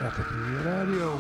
Ratatouille Radio.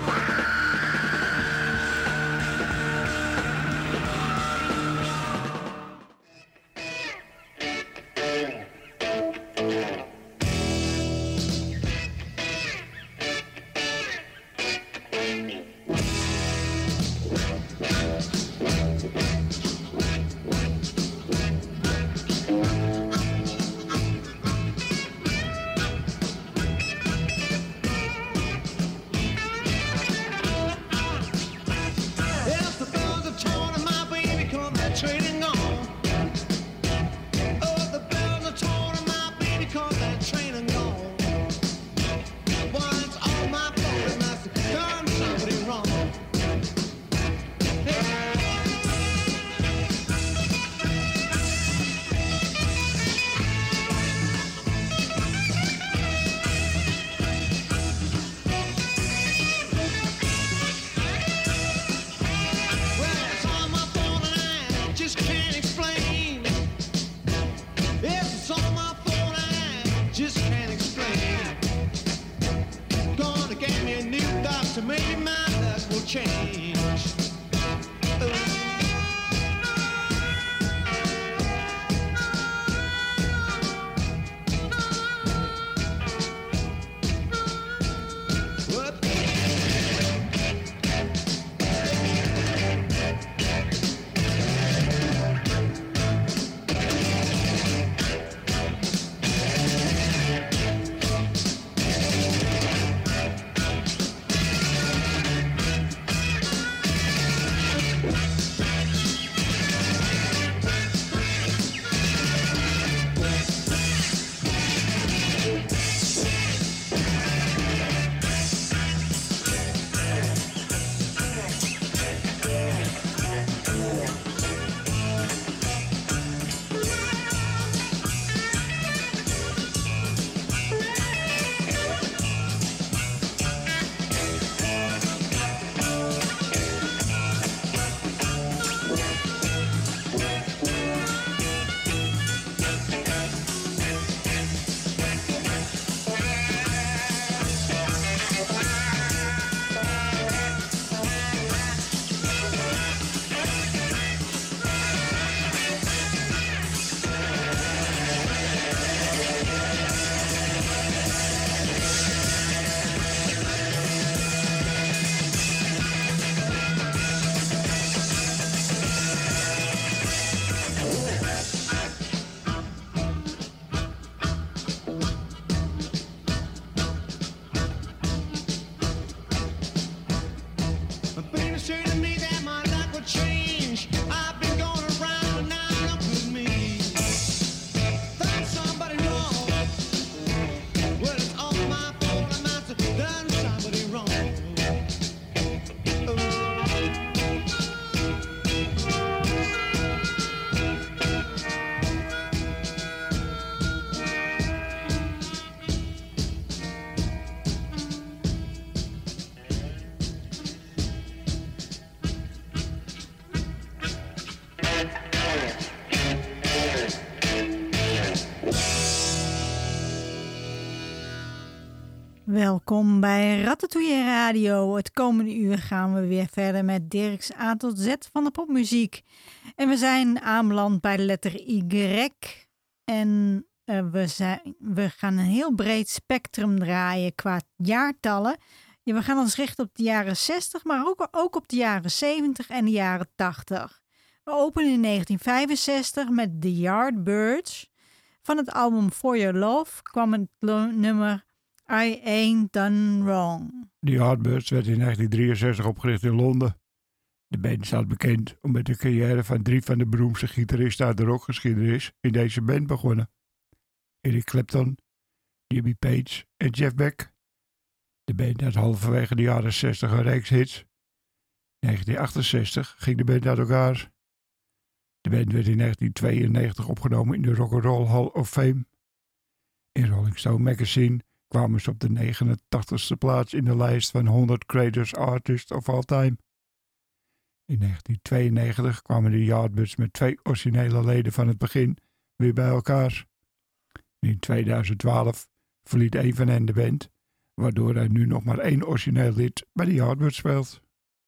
Welkom bij Ratatouille Radio. Het komende uur gaan we weer verder met Dirk's A tot Z van de popmuziek. En we zijn aanbeland bij de letter Y. En we gaan een heel breed spectrum draaien qua jaartallen. Ja, we gaan ons richten op de jaren 60, maar ook op de jaren 70 en de jaren 80. We openen in 1965 met The Yardbirds. Van het album For Your Love kwam het nummer I Ain't Done Wrong. The Yardbirds werd in 1963 opgericht in Londen. De band staat bekend omdat de carrière van 3 van de beroemdste gitaristen uit de rockgeschiedenis in deze band begonnen. Eric Clapton, Jimmy Page en Jeff Beck. De band had halverwege de jaren 60 een reeks hits. In 1968 ging de band uit elkaar. De band werd in 1992 opgenomen in de Rock'n'Roll Hall of Fame. In Rolling Stone magazine kwamen ze op de 89ste plaats in de lijst van 100 Greatest Artists of All Time. In 1992 kwamen de Yardbirds met 2 originele leden van het begin weer bij elkaar. In 2012 verliet een van hen de band, waardoor hij nu nog maar 1 origineel lid bij de Yardbirds speelt.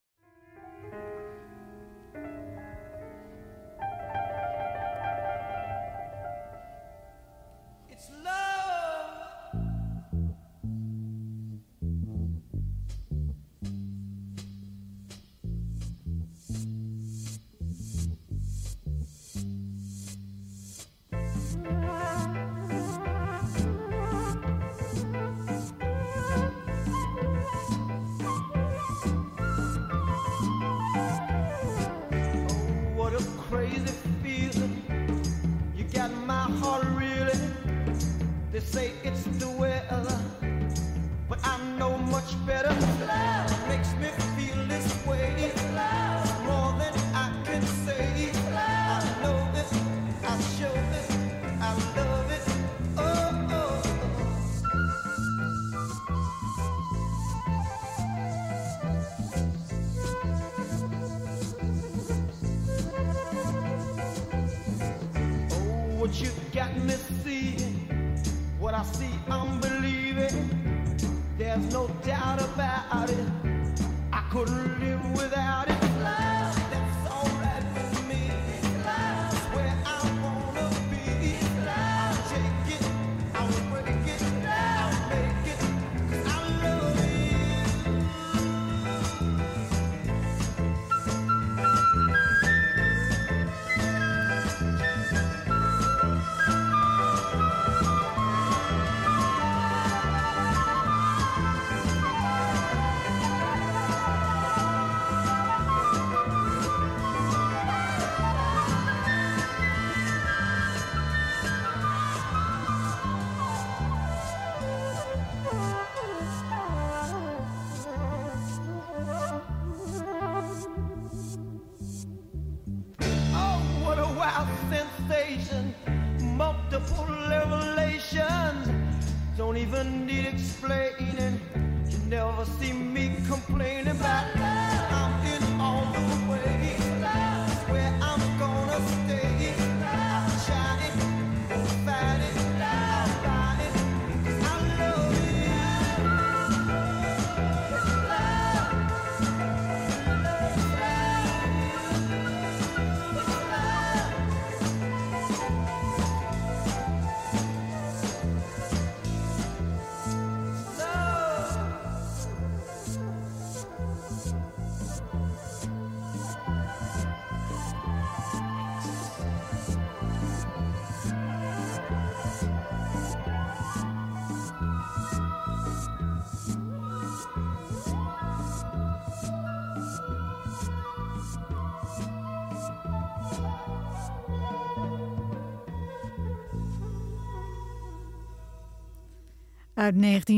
Uit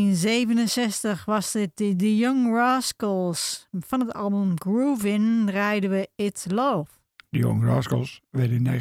1967 was dit The Young Rascals. Van het album Groovin' draaiden we It's Love. The Young Rascals werden in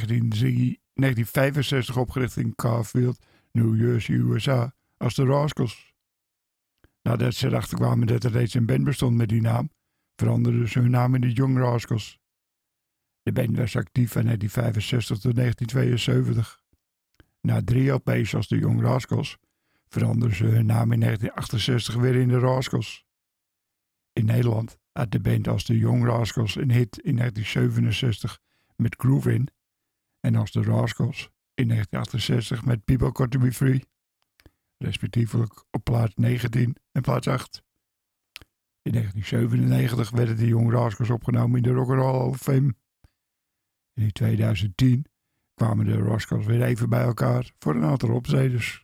1965 opgericht in Garfield, New Jersey, USA als The Rascals. Nadat ze erachter kwamen dat er reeds een band bestond met die naam, veranderden ze hun naam in The Young Rascals. De band was actief van 1965 tot 1972. Na 3 LP's als The Young Rascals veranderden ze hun naam in 1968 weer in The Rascals. In Nederland had de band als The Young Rascals een hit in 1967 met Groovin' en als The Rascals in 1968 met People Got To Be Free, respectievelijk op plaats 19 en plaats 8. In 1997 werden de Young Rascals opgenomen in de Rock and Roll Hall of Fame. In 2010 kwamen de Rascals weer even bij elkaar voor een aantal optredens.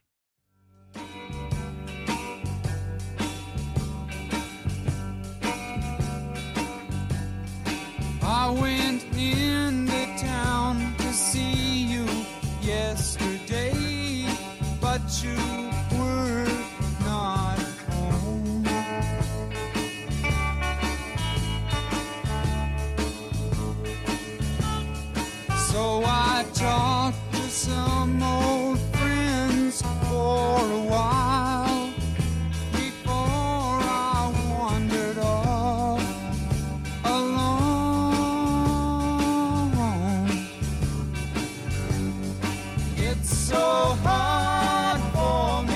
I went into town to see you yesterday, but you were not home. So I talked to some old friends for a while before I wandered off alone. It's so hard for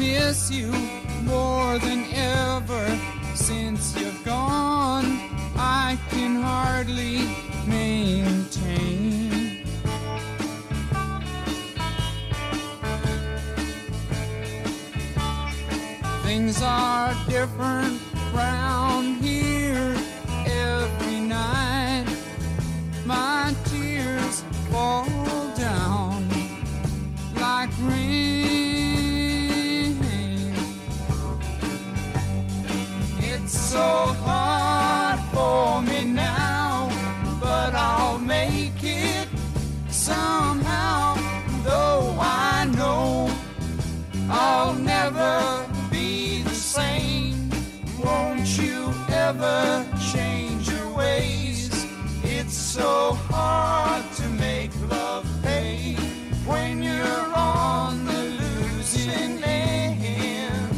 miss you more than ever since you're gone. I can hardly maintain. Things are different round here every night. My tears fall down like rain. It's so hard for me now, but I'll make it somehow. Though I know I'll never be the same. Won't you ever change your ways? It's so hard to make love pay when you're on the losing end.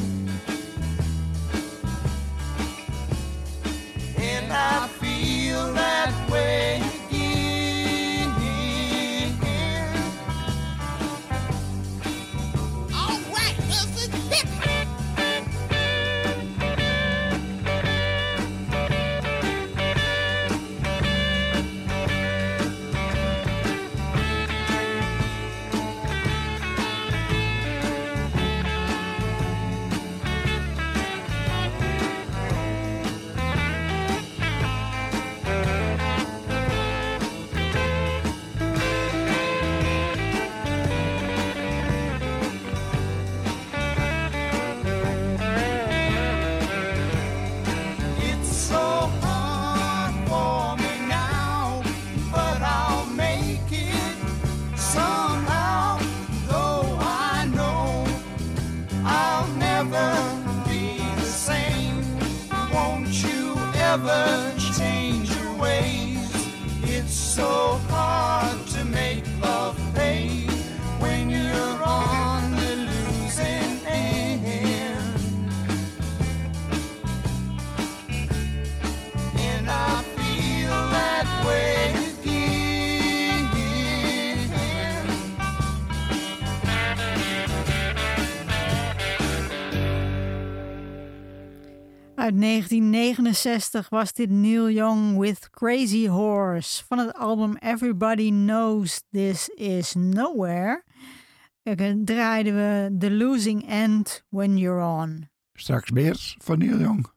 And I feel that way again. All right, Wilson, hit me. It's so hard for me now, but I'll make it somehow. Though I know I'll never be the same. Won't you ever change your ways? It's so hard to make love pay when you're on the losing end. And I feel that way again. Uit 1969 was dit Neil Young with Crazy Horse van het album Everybody Knows This Is Nowhere. Draaiden we The Losing End When You're On. Straks meer van Neil Young.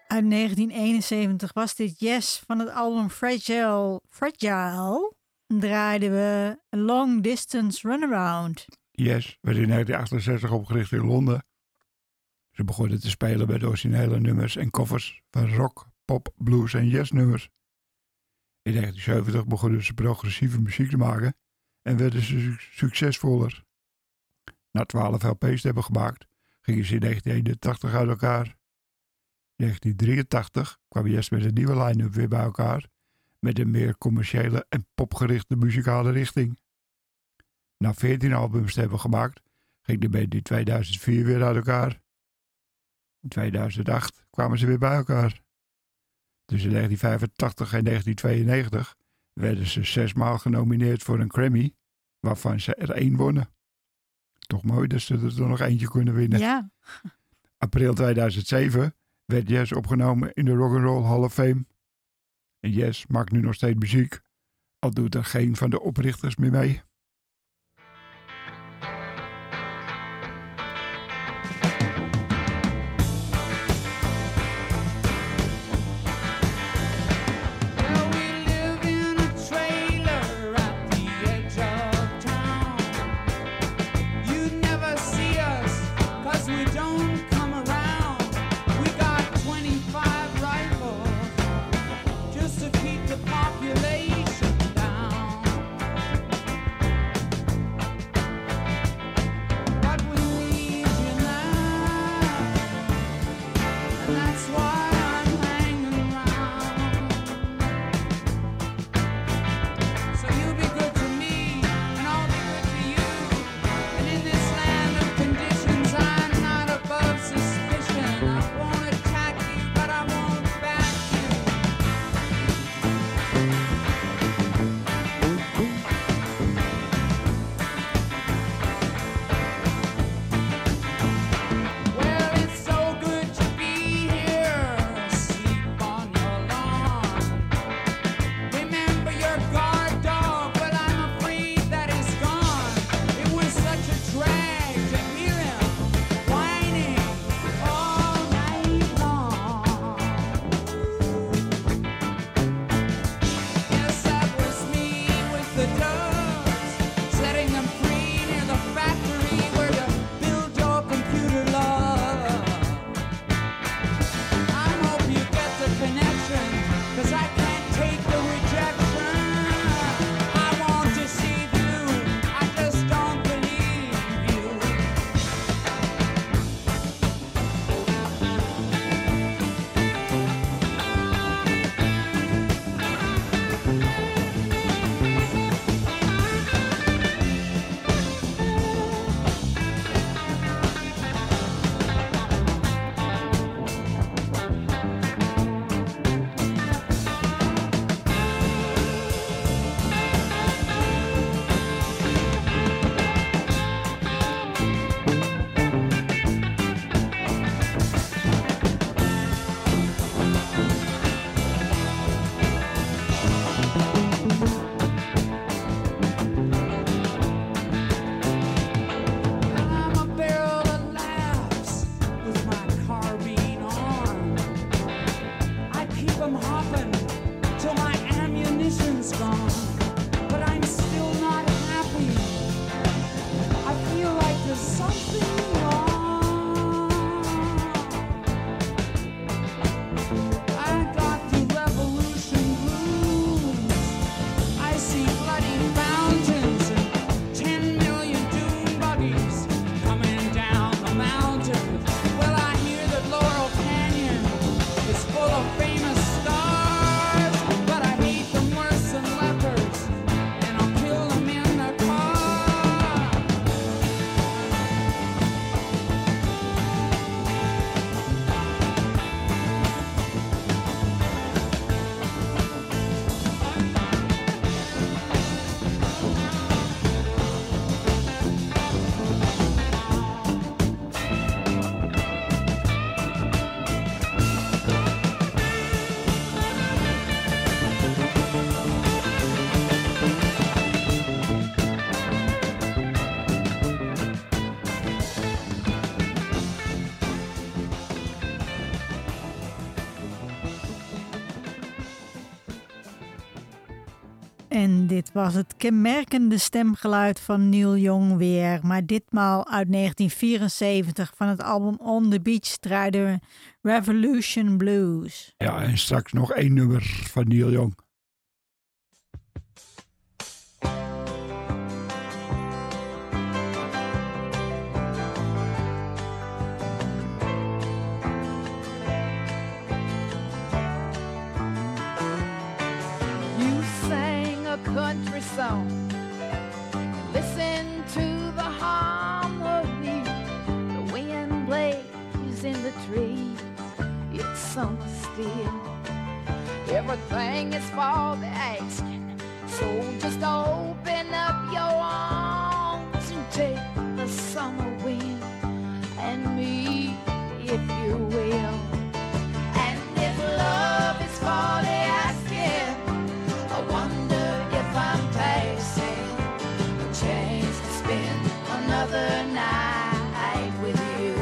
Uit 1971 was dit Yes van het album Fragile. En draaiden we A Long Distance Runaround. Yes werd in 1968 opgericht in Londen. Ze begonnen te spelen bij de originele nummers en covers van rock, pop, blues en jazznummers. In 1970 begonnen ze progressieve muziek te maken en werden ze succesvoller. Na 12 LP's te hebben gemaakt, gingen ze in 1981 uit elkaar. In 1983 kwam Yes met een nieuwe line-up weer bij elkaar, met een meer commerciële en popgerichte muzikale richting. Na 14 albums te hebben gemaakt, ging de band in 2004 weer uit elkaar. In 2008 kwamen ze weer bij elkaar. Tussen 1985 en 1992 werden ze 6 maal genomineerd voor een Grammy, waarvan ze er 1 wonnen. Toch mooi dat ze er nog eentje kunnen winnen. Ja. April 2007 werd Yes opgenomen in de Rock'n'Roll Hall of Fame. En Yes maakt nu nog steeds muziek, al doet er geen van de oprichters meer mee. Well, we live in a trailer at the edge of town. You never see us, 'cause we don't come around. We got 25 rifles just to keep the population down. But we need you now, and that's why I'm hanging around. So you be good to me, and I'll be good to you. And in this land of conditions, I'm not above suspicion. I won't attack you, but I won't back you. Well, it's so good to be here. En dit was het kenmerkende stemgeluid van Neil Young weer, maar ditmaal uit 1974 van het album On the Beach draaide Revolution Blues. Ja, en straks nog 1 nummer van Neil Young. Country song, listen to the harmony, the wind plays in the trees, it's summer still, everything is for the asking, so just open up your arms and take the summer wind and me, if you will, and if love is for the asking, I wonder I'm passing a chance to spend another night with you.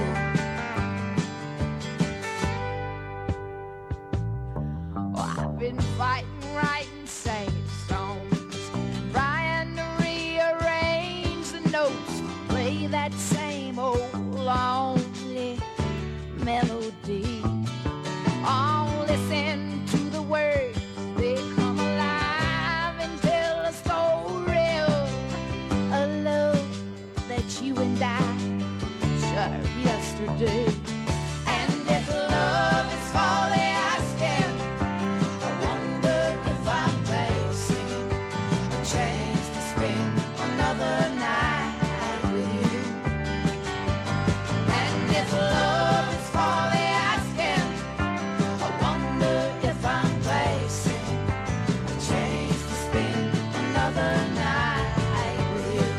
Oh, I've been fighting, writing sad songs, trying to rearrange the notes, play that same old lonely melody. Oh, listen to the words, they come alive and tell a story of a love that you and I shared yesterday. And if love is for the asking, I wonder if I'm facing a chance to spend another night with you. And if love is for the asking, I wonder if I'm facing a chance to spend another night with you.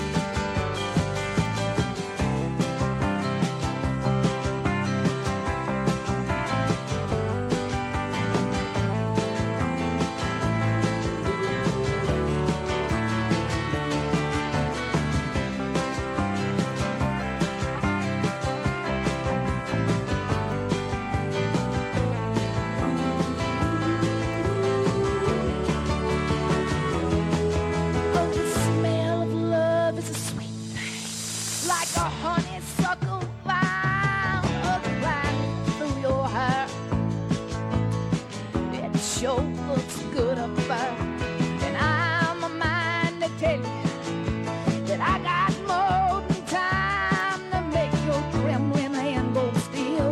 Oh, the smell of love is a sweet thing, like a honeysuckle vine gliding through your hair. It sure looks good up there, and I'm a mind to tell you that I got more than time to make your trembling hand go still.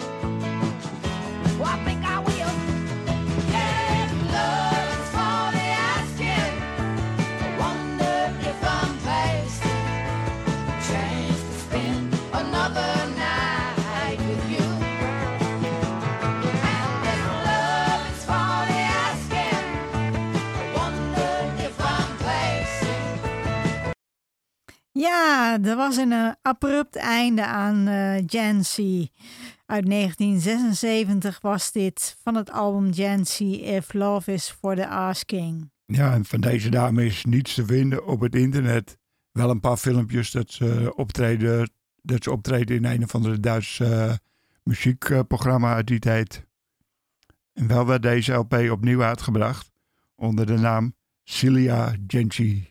Well, I think I will. If love is for the asking, I wonder if I'm facing a chance to spend another night with you. And if love is for the asking, I wonder if I'm facing. Ja, er was een abrupt einde aan Jancy. Uit 1976 was dit van het album Jancy If Love Is For The Asking. Ja, en van deze dame is niets te vinden op het internet. Wel een paar filmpjes dat ze optreden in een of andere Duitse muziekprogramma uit die tijd. En wel werd deze LP opnieuw uitgebracht onder de naam Celia Jancy.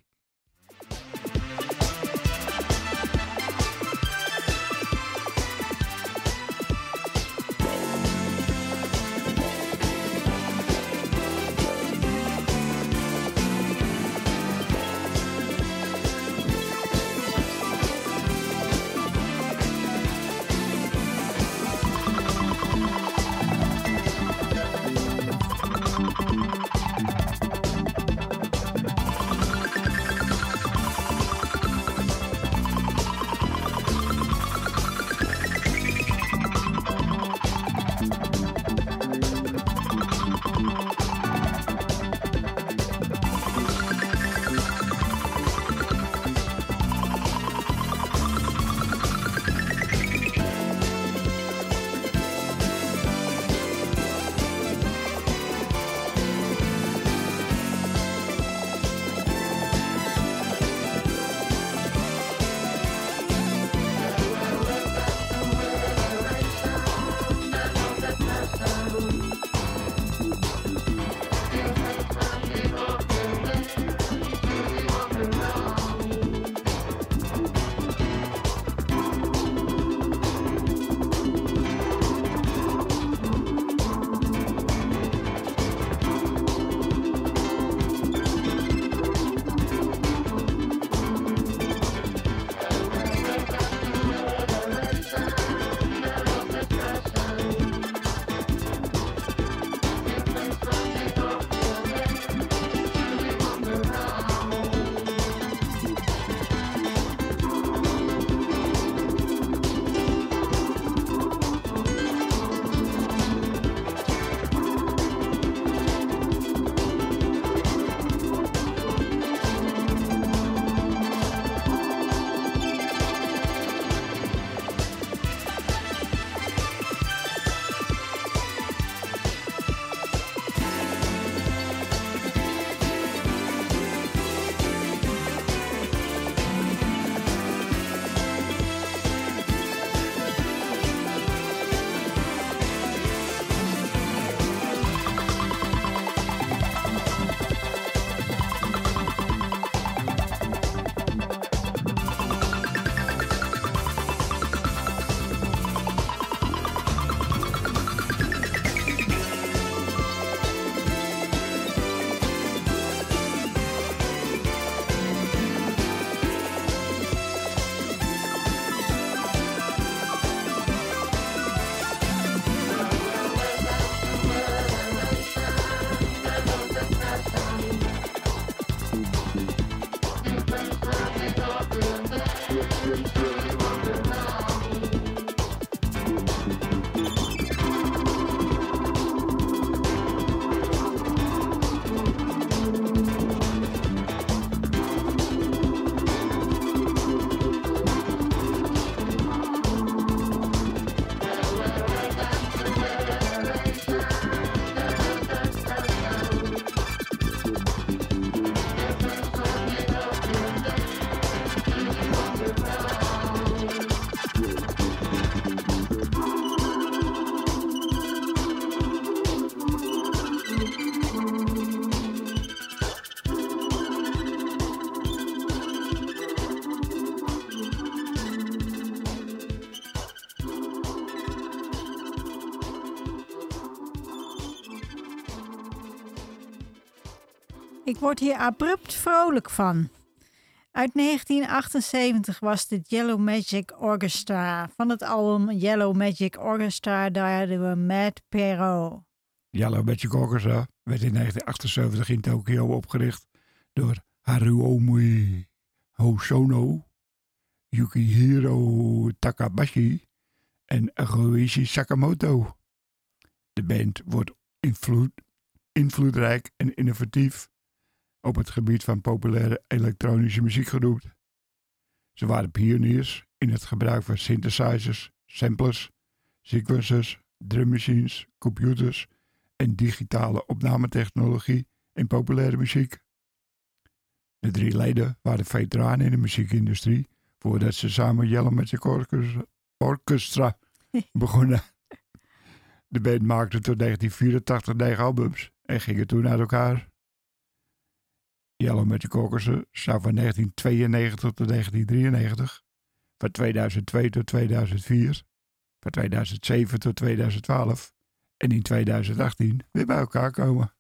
Ik word hier abrupt vrolijk van. Uit 1978 was dit Yellow Magic Orchestra. Van het album Yellow Magic Orchestra draaiden we Mad Pero. Yellow Magic Orchestra werd in 1978 in Tokio opgericht door Haruomi Hosono, Yukihiro Takabashi en Goichi Sakamoto. De band wordt invloedrijk en innovatief op het gebied van populaire elektronische muziek genoemd. Ze waren pioniers in het gebruik van synthesizers, samplers, sequencers, drummachines, computers en digitale opnametechnologie in populaire muziek. De 3 leden waren veteranen in de muziekindustrie voordat ze samen Yellow Magic Orchestra begonnen. De band maakte tot 1984 9 albums en gingen toen uit elkaar. Yellow Magic Orchestra zou van 1992 tot 1993, van 2002 tot 2004, van 2007 tot 2012 en in 2018 weer bij elkaar komen.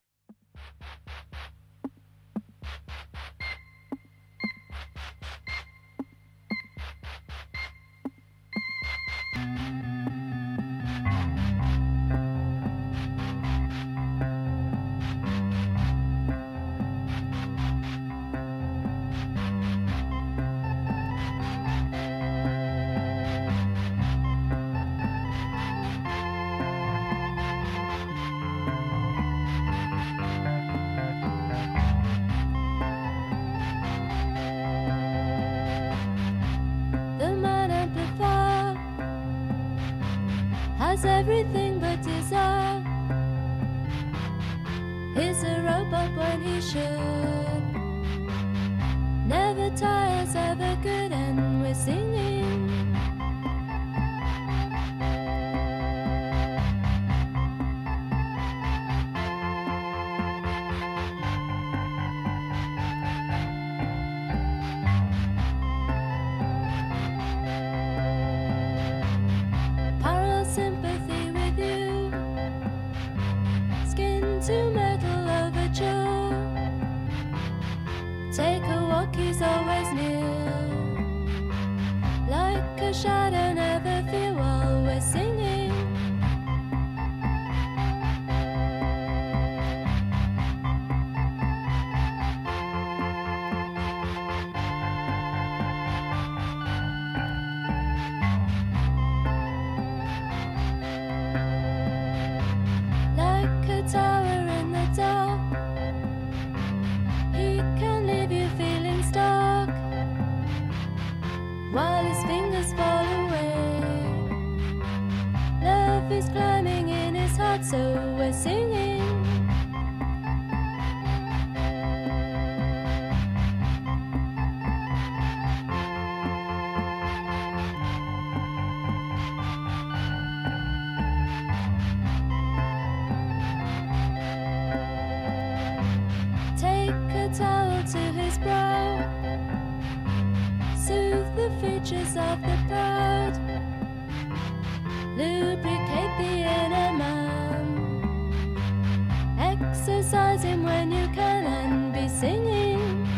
Everything but desire. He's a robot when he should. Never tires, ever good, and we're singing. To metal overture. Take a walk, he's always near. Like a shadow, never fear while we're singing. Like a tower in the dark, he can leave you feeling stuck while his fingers fall away. Love is climbing in his heart, so we're singing. Towel to his brow, soothe the features of the proud, lubricate the inner man, exercise him when you can and be singing.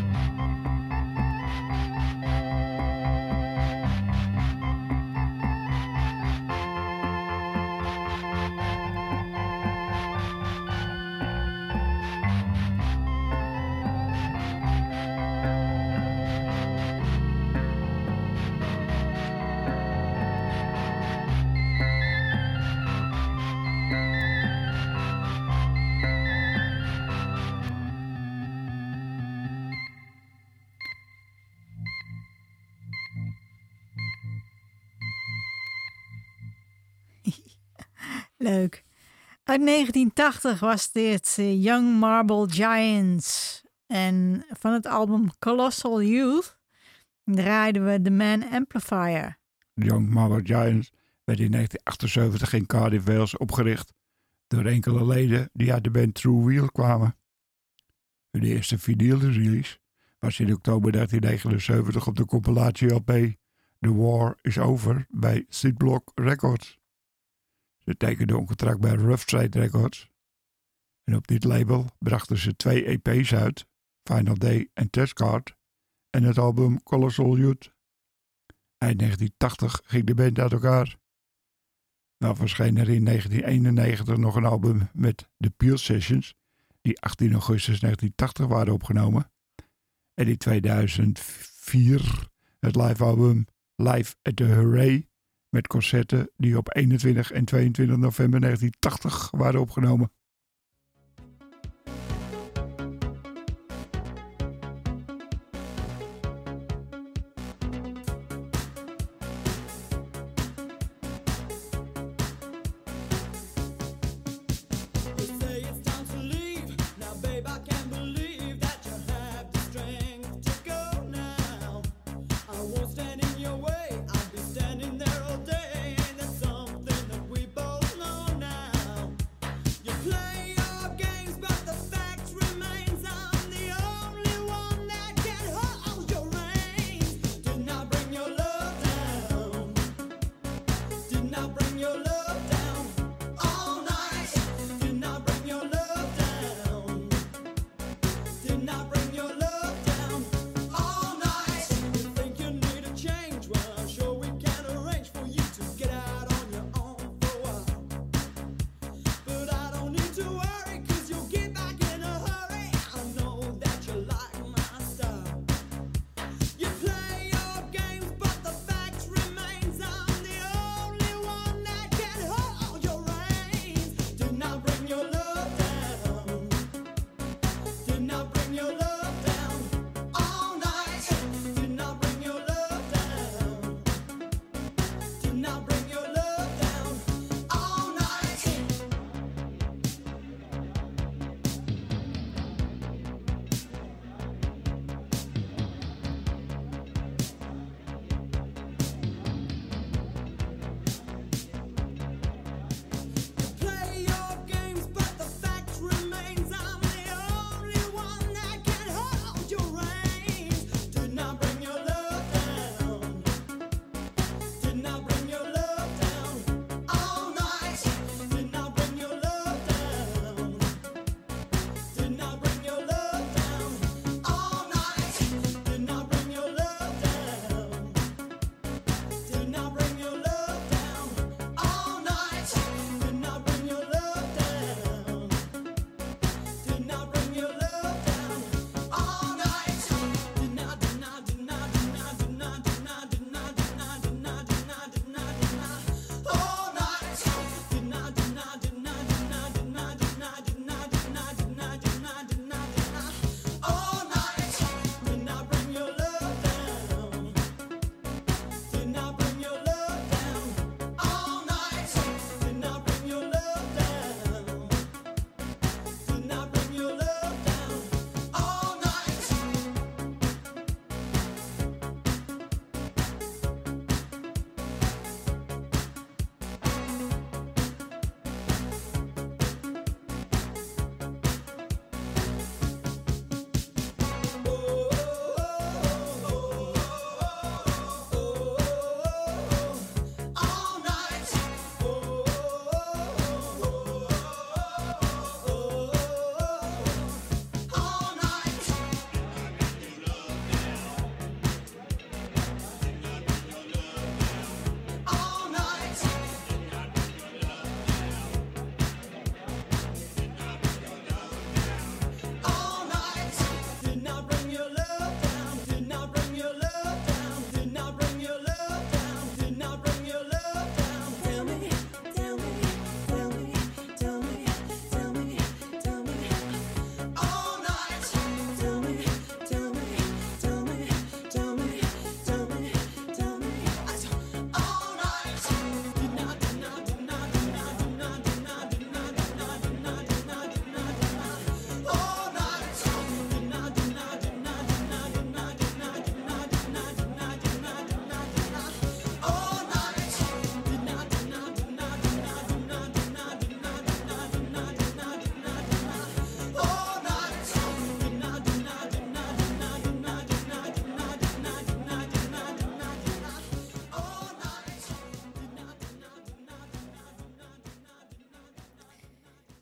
Leuk. Uit 1980 was dit Young Marble Giants. En van het album Colossal Youth draaiden we The Man Amplifier. Young Marble Giants werd in 1978 in Cardiff, Wales opgericht door enkele leden die uit de band True Wheel kwamen. Hun eerste vinyl release was in oktober 1979 op de compilatie-LP The War is Over bij Seedblock Records. Ze tekenden een contract bij Rough Trade Records. En op dit label brachten ze 2 EP's uit, Final Day en Testcard, en het album Colossal Youth. Eind 1980 ging de band uit elkaar. Wel verscheen er in 1991 nog een album met The Peel Sessions, die 18 augustus 1980 waren opgenomen. En in 2004 het live-album Live at the Hooray, met concerten die op 21 en 22 november 1980 waren opgenomen. Play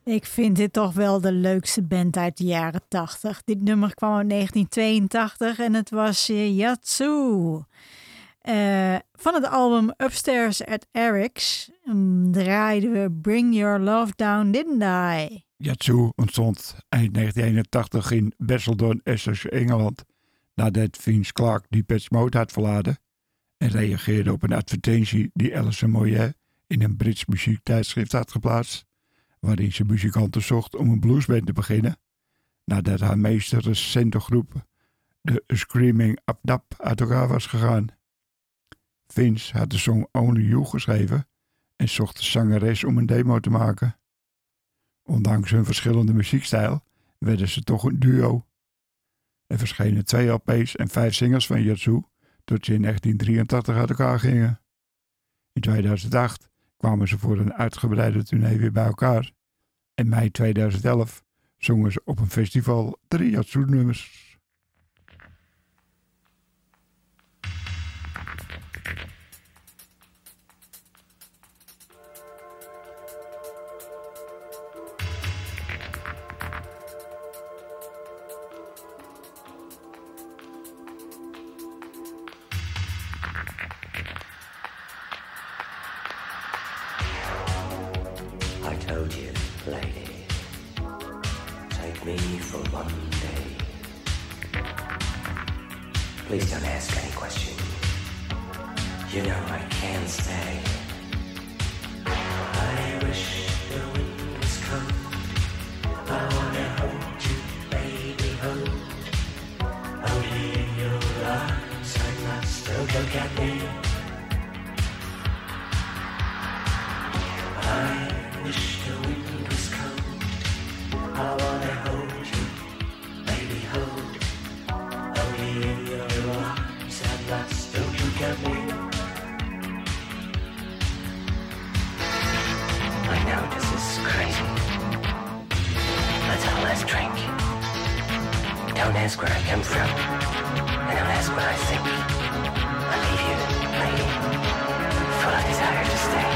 Ik vind dit toch wel de leukste band uit de jaren 80. Dit nummer kwam uit 1982 en het was Yazoo. Van het album Upstairs at Eric's draaiden we Bring Your Love Down, Didn't I? Yazoo ontstond eind 1981 in Basildon, Essex, Engeland, nadat Vince Clarke Depeche Mode had verlaten en reageerde op een advertentie die Alison Moyet in een Brits muziektijdschrift had geplaatst, waarin ze muzikanten zocht om een bluesband te beginnen, nadat haar meest recente groep, de Screaming Up Dap, uit elkaar was gegaan. Vince had de song Only You geschreven en zocht de zangeres om een demo te maken. Ondanks hun verschillende muziekstijl werden ze toch een duo. Er verschenen 2 LP's en 5 singles van Yazoo tot ze in 1983 uit elkaar gingen. In 2008 kwamen ze voor een uitgebreide tournee weer bij elkaar. En mei 2011 zongen ze op een festival 3 Yazoo-nummers. I told you, lady, take me for one day. Please don't ask any question. You know I can't stay. I wish the wind was cold. I wanna hold you, baby, hold. Only in your arms I must. Don't look at me. I wish the wind was cold. I wanna hold you, baby, hold. Only in your arms at last. Don't look at me. I know this is crazy. Let's all let's drink. Don't ask where I come from, and don't ask what I think. I leave you, lady, full of desire to stay.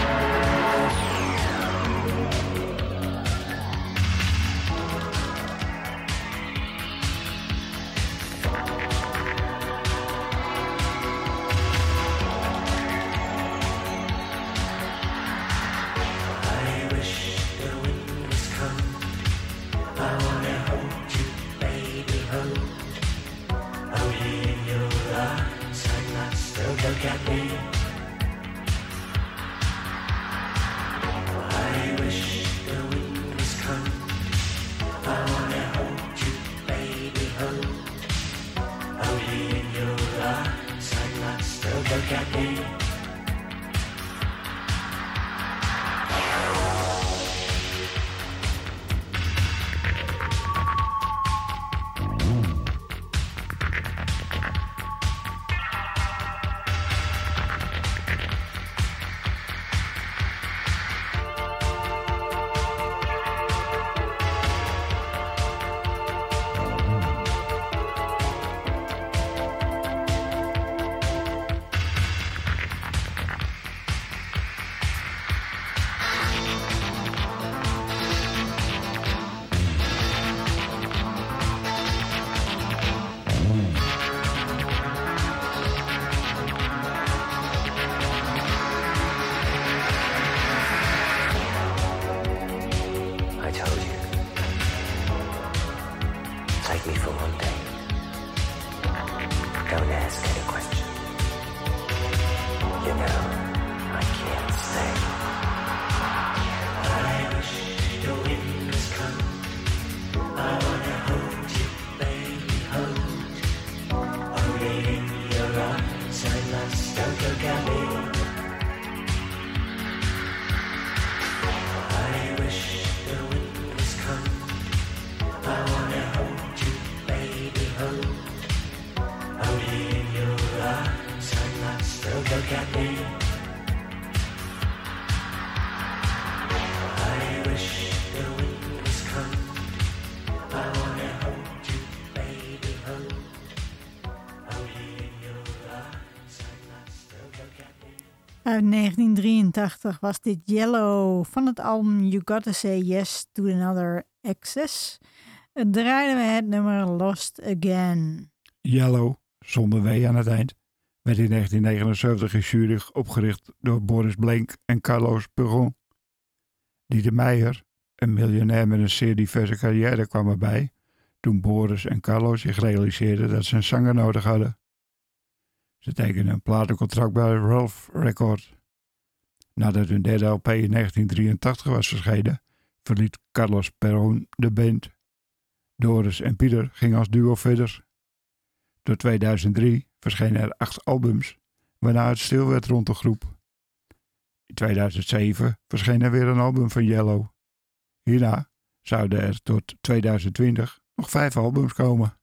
Uit 1983 was dit Yellow van het album You Gotta Say Yes to Another Access. Draaiden we het nummer Lost Again. Yellow, zonder W aan het eind, werd in 1979 in Zurich opgericht door Boris Blank en Carlos Perron. Dieter Meijer, een miljonair met een zeer diverse carrière, kwam erbij toen Boris en Carlos zich realiseerden dat ze een zanger nodig hadden. Ze tekenden een platencontract bij Ralph Records. Nadat hun derde LP in 1983 was verschenen, verliet Carlos Perron de band. Doris en Pieter gingen als duo verder. Tot 2003 verschenen er 8 albums, waarna het stil werd rond de groep. In 2007 verscheen er weer een album van Yellow. Hierna zouden er tot 2020 nog 5 albums komen.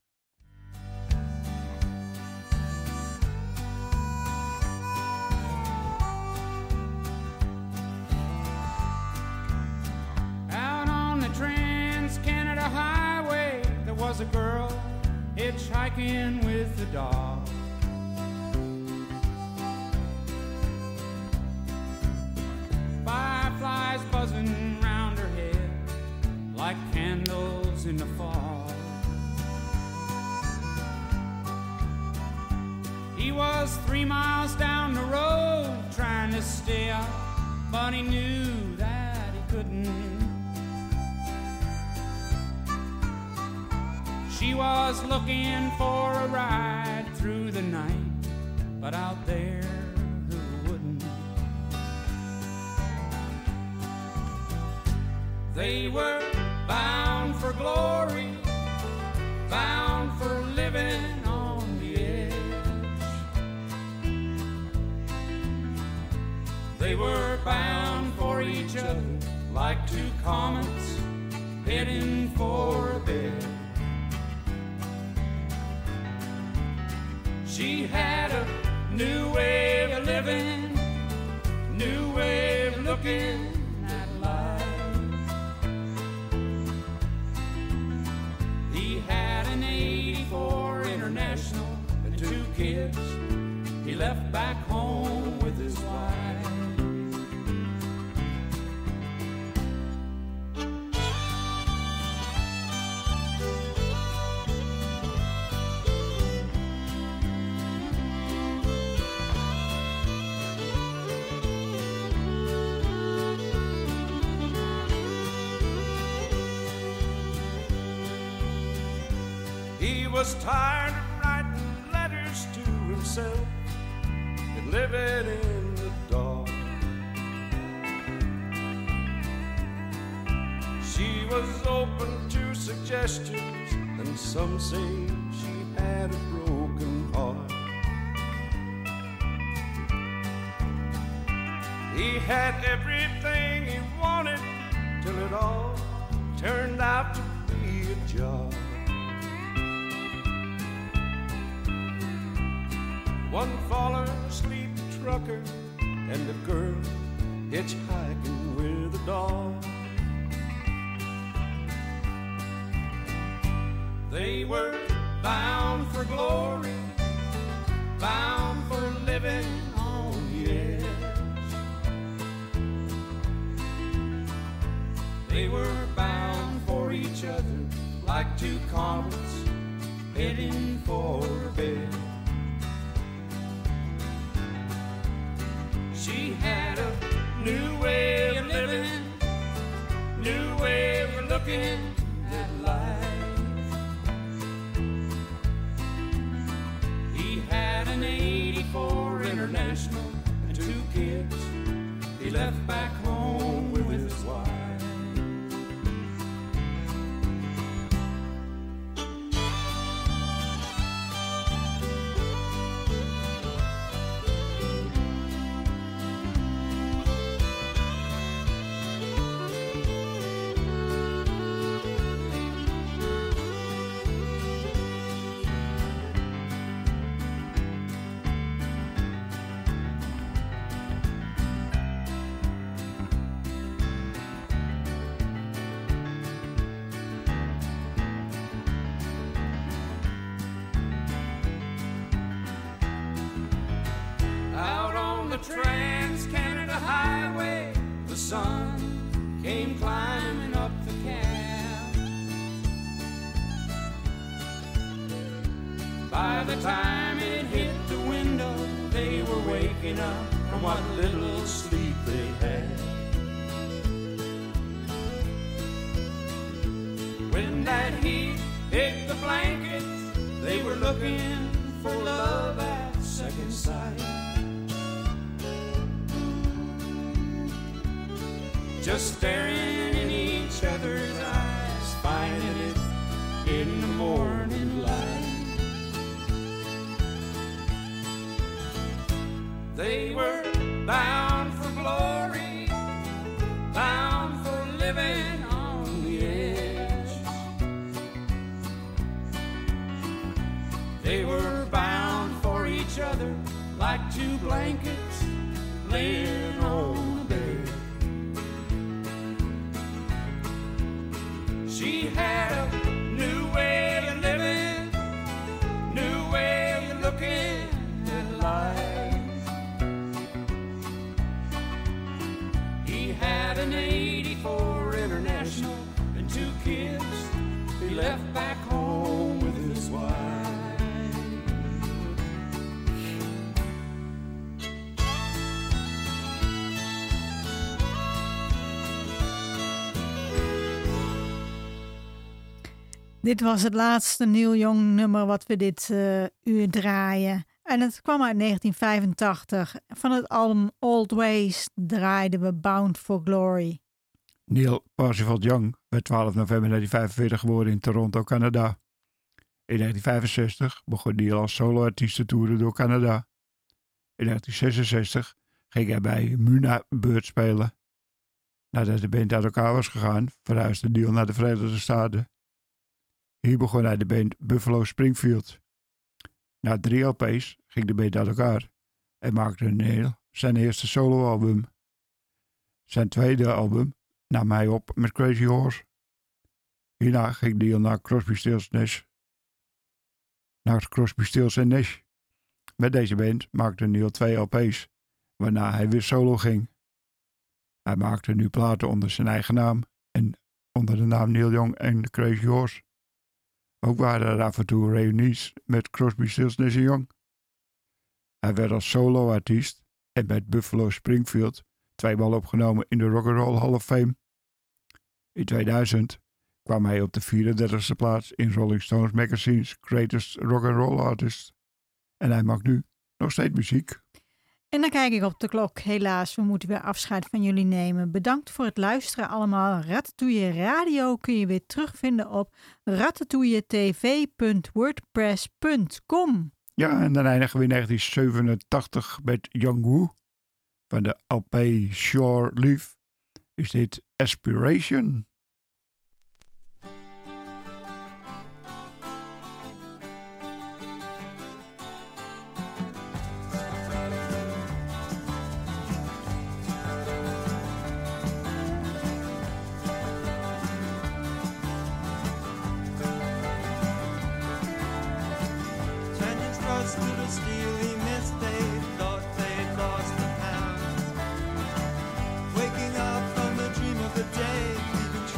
Out on the Trans-Canada Highway, there was a girl hitchhiking with the dog. Fireflies buzzing round her head like candles in the fall. He was 3 miles down the road trying to stay up, but he knew that he couldn't. She was looking for a ride through the night, but out there who wouldn't? They were bound for glory, bound for living on the edge. They were bound for each other like 2 comets heading for a bed. She had a new way of living, new way of looking at life. He had an 84 International and 2 kids. He left back home with his wife. He was tired of writing letters to himself and living in the dark. She was open to suggestions, and some say she had a broken heart. He had everything he wanted till it all turned out to be a job. One fallen asleep trucker and a girl hitchhiking with a dog. They were bound for glory, bound for living on the edge. They were bound for each other like 2 comets heading for a bed. She had a new way of living, new way of looking at life. He had an 84 International and 2 kids. He left back home with his wife. Trans-Canada Highway, the sun came climbing up the cab. By the time it hit the window, they were waking up from what little sleep they had. When that heat hit the blankets, they were looking for love at second sight. Just staring in each other's eyes, finding it in the morning light. They were bound for glory, bound for living on the edge. They were bound for each other like two blankets laying on the bed. She had a new way of living, new way of looking at life. He had an 84 International and 2 kids. He left back home with his wife. Dit was het laatste Neil Young nummer wat we dit uur draaien. En het kwam uit 1985. Van het album Old Ways draaiden we Bound for Glory. Neil Percival Young werd 12 november 1945 geboren in Toronto, Canada. In 1965 begon Neil als soloartiest te toeren door Canada. In 1966 ging hij bij Muna Bird spelen. Nadat de band uit elkaar was gegaan, verhuisde Neil naar de Verenigde Staten. Hier begon hij de band Buffalo Springfield. Na 3 LP's ging de band uit elkaar en maakte Neil zijn eerste soloalbum. Zijn tweede album nam hij op met Crazy Horse. Hierna ging Neil naar Crosby, Stills & Nash. Met deze band maakte Neil 2 LP's, waarna hij weer solo ging. Hij maakte nu platen onder zijn eigen naam en onder de naam Neil Young en Crazy Horse. Ook waren er af en toe reunies met Crosby, Stills, Nash & Young. Hij werd als soloartiest en met Buffalo Springfield 2 maal opgenomen in de Rock and Roll Hall of Fame. In 2000 kwam hij op de 34e plaats in Rolling Stones Magazine's Greatest Rock and Roll Artists. En hij maakt nu nog steeds muziek. En dan kijk ik op de klok. Helaas, we moeten weer afscheid van jullie nemen. Bedankt voor het luisteren allemaal. Ratatouille Radio kun je weer terugvinden op ratatouilletv.wordpress.com. Ja, en dan eindigen we in 1987 met Young Woo. Van de LP Shore Leave is dit Aspiration. Stood a steely mist, they thought they'd lost the pound. Waking up from the dream of the day, leaving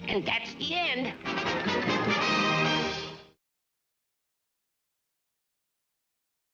And that's the end.